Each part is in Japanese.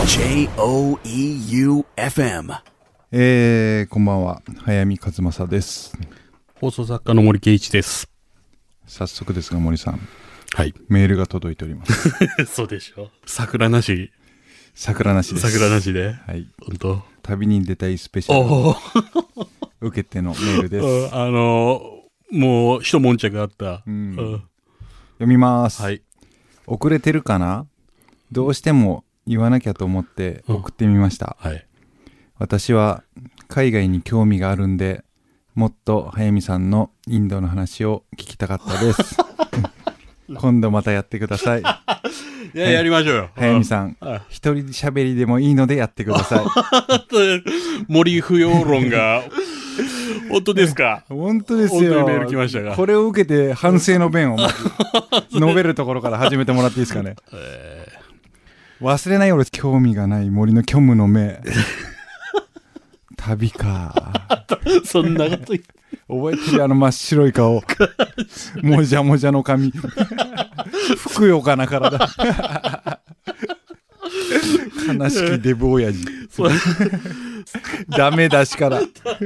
J-O-E-U-F-M こんばんは、早見和正です。 放送作家の森圭一です。 早速ですが森さん、 はい、 メールが届いておりますそうでしょ。桜なしです。 桜なしで、 はい、本当旅に出たいスペシャル受けてのメールですもう一悶着あった、 読みます、 はい、 遅れてるかな、どうしても言わなきゃと思って送ってみました、 はい、 私は海外に興味があるんで、もっと早見さんのインドの話を聞きたかったです今度またやってください。 いや、やりましょうよ。 早見さん、一人喋りでもいいのでやってください。 森不要論が本当ですか？ 本当ですよ。 本当にメール来ましたが、 これを受けて反省の弁をまず述べるところから始めてもらっていいですかね。忘れない俺、興味がない森の虚無の目旅かそんなこと言って覚えてる？あの真っ白い顔もじゃもじゃの髪ふくよかな体悲しきデブ親父ダメ出しから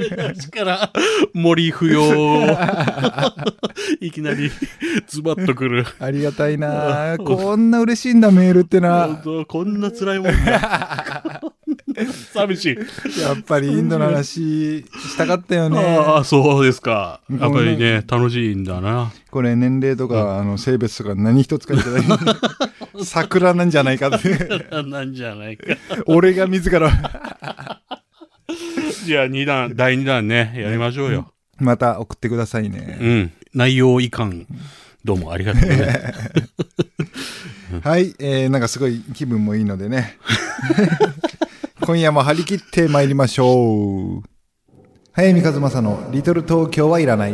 森不要いきなりズバッとくる。 ありがたいなこんな嬉しいんだメールってな。 こんな辛いもんだ寂しい。 やっぱりインドの話したかったよね。 ああ、そうですか。やっぱりね、楽しいんだな。 これ年齢とか、性別とか何一つ書いてない桜なんじゃないかってなんじゃないか俺が自らじゃあ第2弾ね、やりましょうよ。 また送ってくださいね。 内容いかん。どうもありがとうねはい、なんかすごい気分もいいのでね今夜も張り切って参りましょう。早見和正のリトル東京はいらない。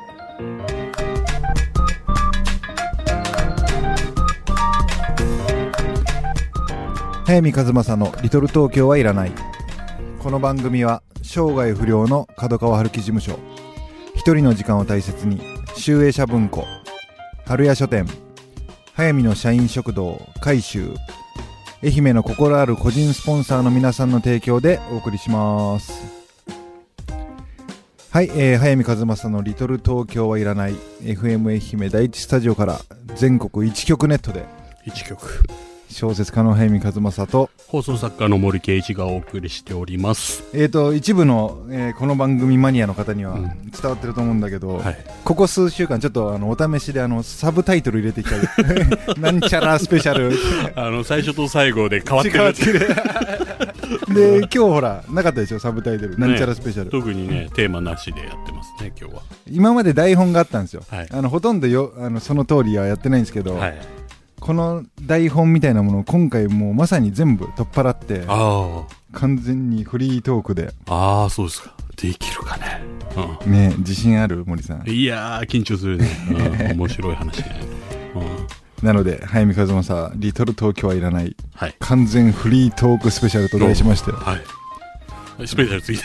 早見和正のリトル東京はいらない。この番組は生涯不良の角川春樹事務所、一人の時間を大切に集英社文庫、春屋書店、早見の社員食堂海舟、愛媛の心ある個人スポンサーの皆さんの提供でお送りします。はい、早見和正のリトル東京はいらない FM 愛媛第一スタジオから全国1局ネットで 1局小説家の早見和正と放送作家の森圭一がお送りしております。 一部の、この番組マニアの方には伝わってると思うんだけど、はい、ここ数週間ちょっとお試しでサブタイトル入れてきたなんちゃらスペシャル最初と最後で変わってるで今日ほらなかったでしょ、サブタイトル、なんちゃらスペシャル、 特にねテーマなしでやってますね今日は。 今まで台本があったんですよ、 はい、 ほとんどその通りはやってないんですけど、はい、この台本みたいなものを今回もうまさに全部取っ払って完全にフリートークで。 ああ、そうですか。できるかね、 ね、自信ある森さん？ いやー緊張するね、面白い話ね、 なので早見和正リトル東京はいらない、 はい、 完全フリートークスペシャルと題しまして、 はい、スペシャルついて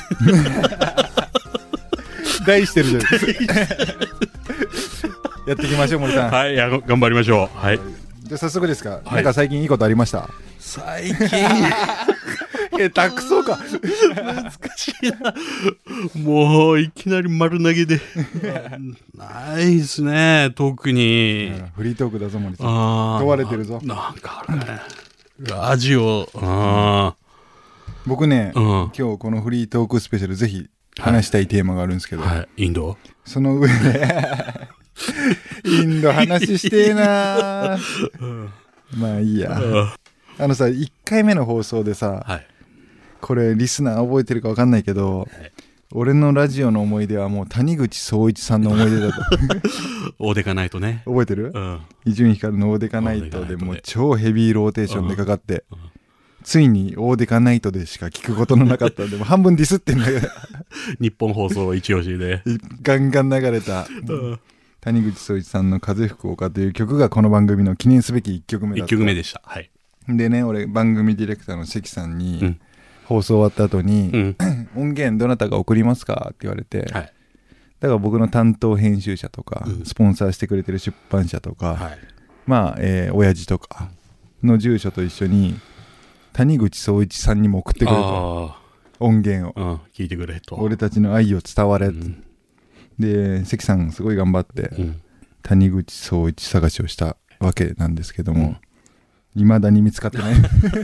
題してるじゃないですかやっていきましょう森さん。 はい、頑張りましょう。はい、 じゃあ早速ですが、 はい、 なんか最近いいことありました？ 最近下手くそか難しいなもういきなり丸投げでないですね特に。 フリートークだぞ森さん、問われてるぞ。 なんかあるねラジオ。 僕ね、今日このフリートークスペシャルぜひ話したいテーマがあるんですけど、 はい、インド。 その上でインド話してえなまあいいや。さ1回目の放送でさ、はい、これリスナー覚えてるか分かんないけど、はい、俺のラジオの思い出はもう谷口壮一さんの思い出だとオーデカナイトね、 覚えてる？伊集院光のオーデカナイトでもう超ヘビーローテーションでかかって、ついにオーデカナイトでしか聞くことのなかったんでも半分ディスってんだけど日本放送一押しでガンガン流れた谷口壮一さんの風吹く丘という曲がこの番組の記念すべき1曲目だった。 1曲目でした。はい。 でね、俺番組ディレクターの関さんに、放送終わった後に、音源どなたが送りますかって言われて、はい、だから僕の担当編集者とか、スポンサーしてくれてる出版社とか、まあ親父とかの住所と一緒に谷口壮一さんにも送ってくれと、音源を、 聞いてくれと、 俺たちの愛を伝われ、で関さんすごい頑張って、谷口壮一探しをしたわけなんですけども、未だに見つかってない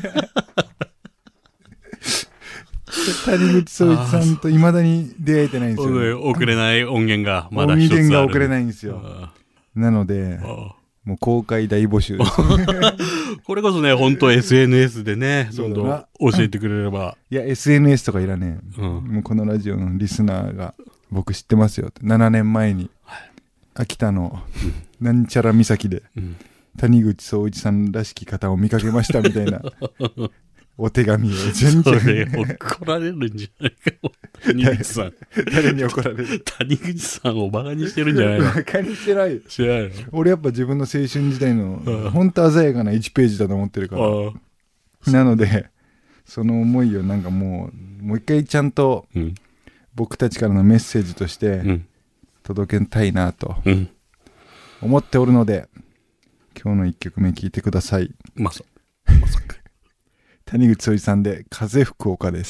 谷口壮一さんと未だに出会えてないんですよ。 送れない音源がまだ一つある。 音源が送れないんですよ。なのでもう公開大募集ですこれこそね、本当 SNS でね、どんどん教えてくれれば。 いや SNS とかいらねえ、もうこのラジオのリスナーが僕知ってますよって、7年前に秋田のなんちゃら岬で谷口壮一さんらしき方を見かけましたみたいなお手紙を全然それ怒られるんじゃないか谷口さん。 誰に怒られる？ 谷口さんをバカにしてるんじゃないの？ バカにしてないよ。 してないの？ 俺やっぱ自分の青春時代のほんと鮮やかな1ページだと思ってるから、なのでその思いをなんかもう一回ちゃんと僕たちからのメッセージとして届けたいなと思っておるので、今日の1曲目聴いてください。 まさか谷口壮一さんで風吹く丘です。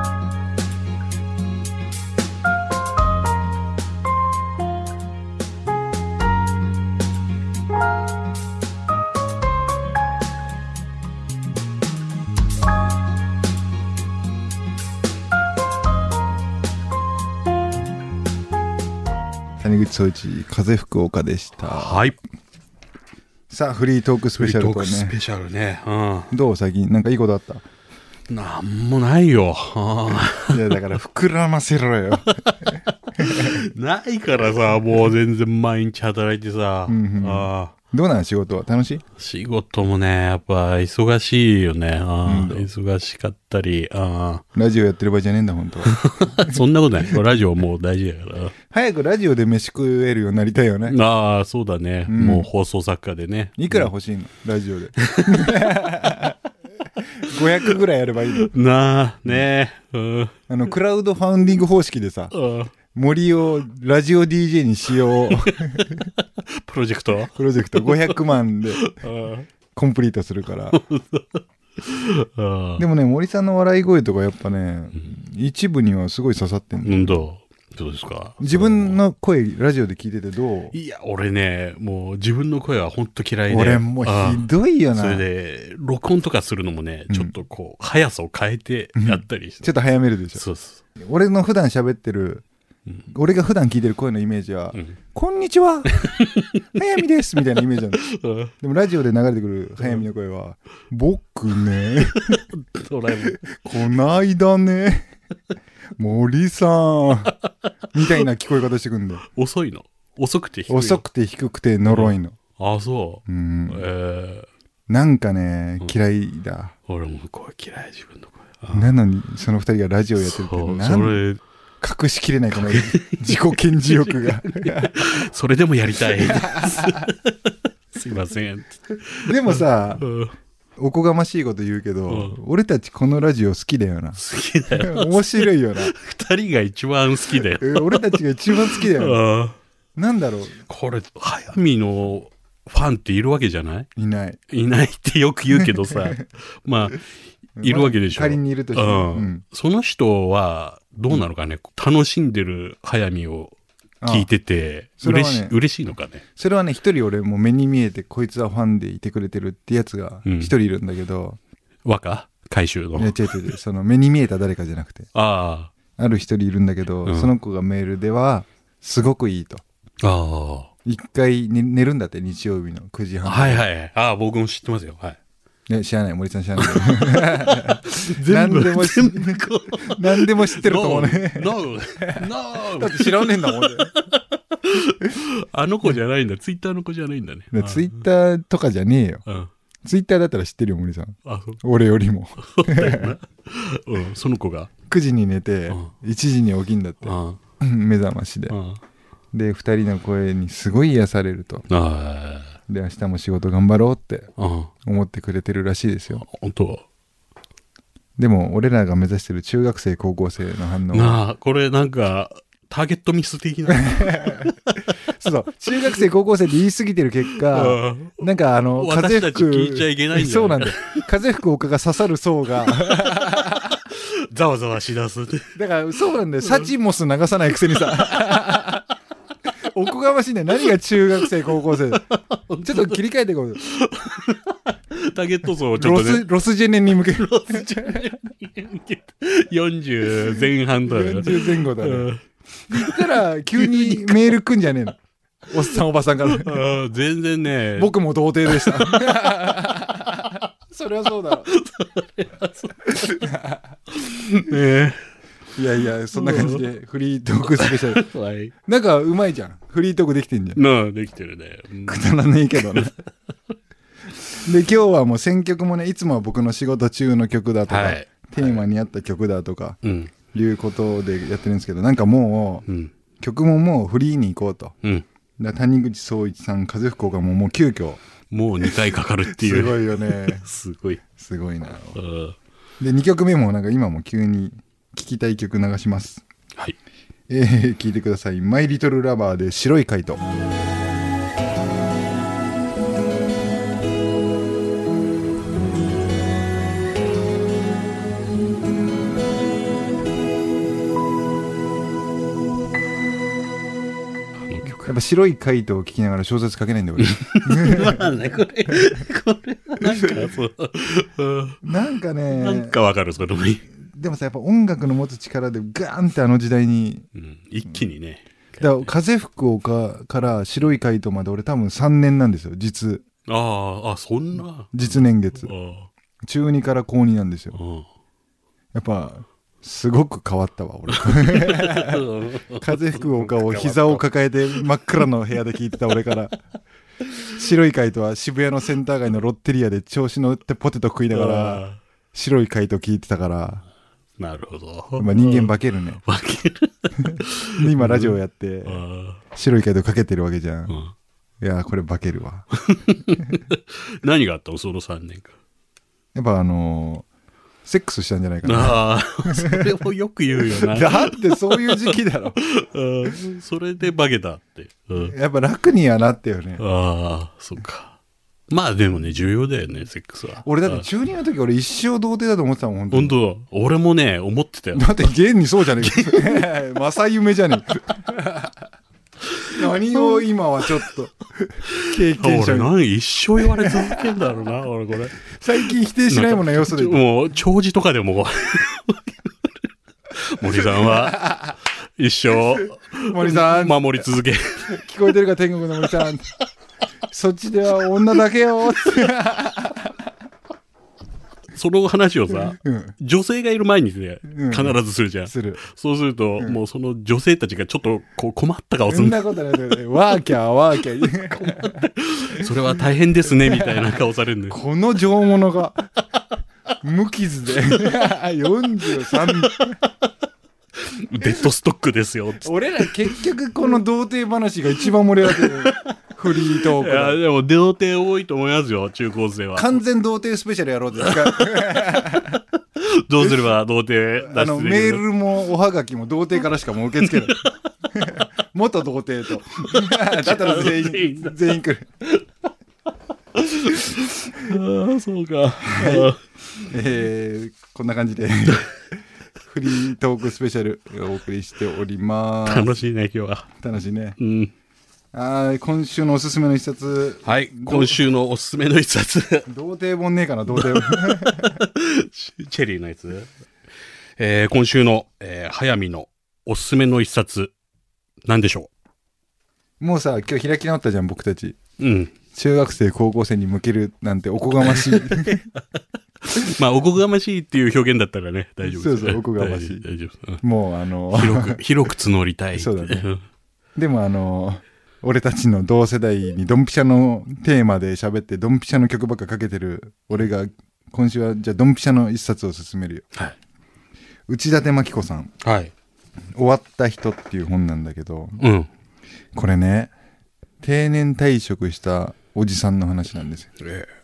谷口壮一風吹く丘でした。 はい。 さあフリートークスペシャルとね。 スペシャルね。 どう最近なんかいいことあった？ なんもないよ。 いやだから膨らませろよ。 ないからさ、もう全然毎日働いてさ。 どうなん仕事は楽しい？ 仕事もね、やっぱ忙しいよね。忙しかったり。 ラジオやってる場合じゃねえんだ本当は。 そんなことない。ラジオもう大事だから。 早くラジオで飯食えるようになりたいよね。 ああ、そうだね。もう放送作家でね。 いくら欲しいの？ラジオで。500ぐらいやればいいの。 なあ、ねクラウドファンディング方式でさ。森をラジオ DJ にしようプロジェクト 500万でコンプリートするからでもね森さんの笑い声とかやっぱね、一部にはすごい刺さってんの。 どうですか？ 自分の声ラジオで聞いててどう？ いや俺ねもう自分の声はほんと嫌いで。 俺もうひどいよな。 それで録音とかするのもね、ちょっとこう速さを変えてやったりして、 ちょっと早めるでしょ。 そうそう。 俺の普段喋ってる俺が普段聞いてる声のイメージは、こんにちは早見ですみたいなイメージなんだでもラジオで流れてくる早見の声は、僕ねこないだね森さんみたいな聞こえ方してくんだよ。 遅いの？遅くて低いの？遅くて低くて呪いの。 あ、そう。 なんかね嫌いだ。 俺も声嫌い、自分の声。 なのにその二人がラジオやってるけど、それ隠しきれないこの自己顕示欲がそれでもやりたいすいません。 でもさ、おこがましいこと言うけど、俺たちこのラジオ好きだよな。 好きだよ。 面白いよな。 二人が一番好きだよ。 俺たちが一番好きだよな。なんだろうこれ早見のファンっているわけじゃない？ いないってよく言うけどさまあいるわけでしょ。 仮にいるとしても、 その人はどうなのかね、楽しんでる早見を聞いてて嬉しいのかね。 それはね一人俺も目に見えてこいつはファンでいてくれてるってやつが一人いるんだけど、 若回収の。 いや違うその目に見えた誰かじゃなくてある一人いるんだけど、その子がメールではすごくいいと。一回、寝るんだって日曜日の9時半。 はいはい。僕も知ってますよ。はい。 知らない森さん知らない何でも知ってると思うね。だって知らねえんだもんねあの子じゃないんだ。ツイッターの子じゃないんだね。 ツイッターとかじゃねえよ、ツイッターだったら知ってるよ森さん。俺よりもその子が 9時に寝て1時に起きんだって目覚ましでで2人の声にすごい癒されると。で明日も仕事頑張ろうって思ってくれてるらしいですよ。 本当？でも俺らが目指してる中学生高校生の反応これなんかターゲットミス的な。 そう中学生高校生で言い過ぎてる結果なんか風私たち吹く聞いちゃいけないんじゃない？ そうなんだよ。風吹く丘が刺さる層がざわざわしだす。 だからそうなんだよ。サチモス流さないくせにさおこがましいね。何が中学生高校生ちょっと切り替えていこう。 ターゲット層をちょっとね。 ロスジェネに向ける。 40前半だよ。 40前後だね。言ったら急にメール来んじゃねえの。おっさんおばさんから全然ね。 僕も童貞でしたそれはそうだろいやいやそんな感じでフリートークスペシャル、はい、なんかうまいじゃん。フリートークできてんじゃん。 できてるね、 くだらねえけどねで今日はもう選曲もね、いつもは僕の仕事中の曲だとか、はい、テーマに合った曲だとか、いうことでやってるんですけど、なんかもう、曲ももうフリーに行こうと、だ谷口壮一さん、風吹く丘も急遽もう2回かかるっていうすごいよねすごいな。 で2曲目もなんか今も急に聴きたい曲流します。 はい、 聴いてください。マイリトルラバーで白いカイト。やっぱ白いカイトを聞きながら小説書けないんだよ俺まあね、これはなんかそうなんかね、 なんかわかる。それもいい。 でもさ、やっぱ音楽の持つ力でガーンってあの時代に、 一気にね。 だから風吹く丘から白いカイトまで俺多分3年なんですよ、実。 そんな実年月。中2から高2なんですよ。やっぱすごく変わったわ俺風吹く丘を膝を抱えて真っ暗の部屋で聞いてた俺から白いカイトは渋谷のセンター街のロッテリアで調子乗ってポテト食いながら白いカイト聞いてたから。 なるほど。 人間化けるね。 化ける今ラジオやって白いカイトかけてるわけじゃん。いやこれ化けるわ何があったのその3年間。 やっぱセックスしたんじゃないかな。 それをよく言うよなだってそういう時期だろそれで化けたって、 やっぱ楽にはなったよね。 そっか。まあでもね重要だよねセックスは。 俺だって中2の時俺一生童貞だと思ってたもん。本当だ。俺もね思ってたよ。 だって現にそうじゃねえか正夢じゃねえ何を今はちょっと経験者に俺何一生言われ続けんだろうな俺これ最近否定しないもの要素でもう長寿とかでも森さんは一生森さん守り続け聞こえてるか天国の森さんそっちでは女だけよその話をさ、女性がいる前にね、必ずするじゃん。そうすると、もうその女性たちがちょっとこう困った顔するんだ。 そんなことないワーキャーそれは大変ですねみたいな顔されるんだよ。 この上物が無傷で43 デッドストックですよ。 俺ら結局この童貞話が一番盛り上がってるフリートーク。 いやでも童貞多いと思いますよ中高生は。 完全童貞スペシャルやろうですかどうすれば童貞出してメールもおはがきも童貞からしかもう受け付けない元童貞とだったら全員来るそうか、 こんな感じでフリートークスペシャルお送りしております。 楽しいね今日は。 楽しいね。今週のおすすめの一冊。 はい、今週のおすすめの一冊童貞本ねえかな。童貞本チェリーのやつ、今週の、早見のおすすめの一冊何でしょう。もうさ今日開き直ったじゃん僕たち。中学生高校生に向けるなんておこがましいまあおこがましいっていう表現だったらね大丈夫です。 そうおこがましい。 大丈夫。 もう広く募りたい。 そうだねでも俺たちの同世代にドンピシャのテーマで喋ってドンピシャの曲ばっかかけてる俺が今週はじゃあドンピシャの一冊を勧めるよ。内館真紀子さん、終わった人っていう本なんだけど、これね定年退職したおじさんの話なんですよ。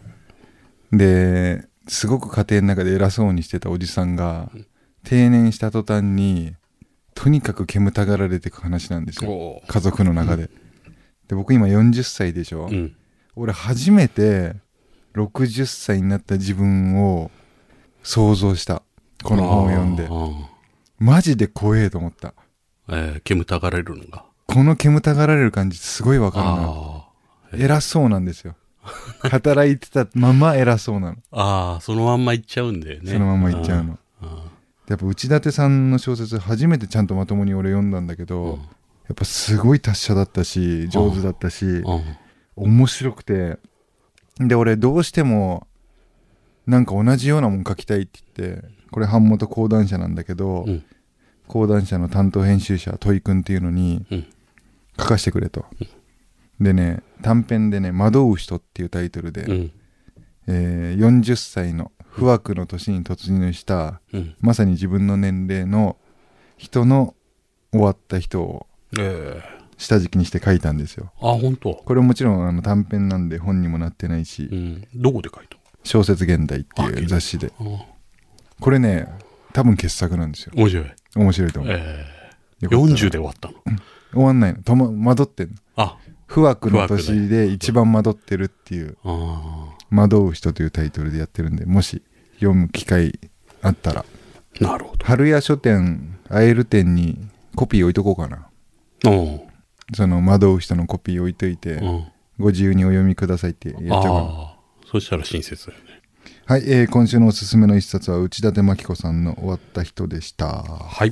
ですごく家庭の中で偉そうにしてたおじさんが定年した途端にとにかく煙たがられていく話なんですよ。家族の中で。で、僕今40歳でしょ、俺初めて60歳になった自分を想像した。この本を読んで。マジで怖えと思った。 煙たがられるのが。 この煙たがられる感じすごいわかるな。偉そうなんですよ。働いてたまま偉そうなの。そのまんま行っちゃうんだよね。 そのまんま行っちゃうの。やっぱ内館さんの小説初めてちゃんとまともに俺読んだんだけど、やっぱすごい達者だったし上手だったし、面白くて、で俺どうしてもなんか同じようなもん書きたいって言って、これ版元講談社なんだけど、講談社の担当編集者戸井くんっていうのに書かせてくれと、でね短編でね惑う人っていうタイトルで、40歳の不惑の年に突入した、まさに自分の年齢の人の終わった人を下敷きにして書いたんですよ。 本当。 これもちろん短編なんで本にもなってないし、 どこで書いた？ 小説現代っていう雑誌で。これね多分傑作なんですよ。面白いと思う。 40で終わったの？ 終わんないの。惑ってんの。不惑の年で一番惑ってるっていう惑う人というタイトルでやってるんで、もし読む機会あったら。 なるほど。 春屋書店アエル店にコピー置いとこうかな。その惑う人のコピー置いといて、ご自由にお読みくださいってやっちゃうかな。 そしたら親切だよね。 はい、今週のおすすめの一冊は内館真紀子さんの終わった人でした。 はい。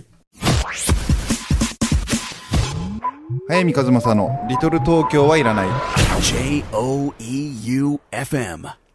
早見和正のリトル東京はいらない。 JOEU FM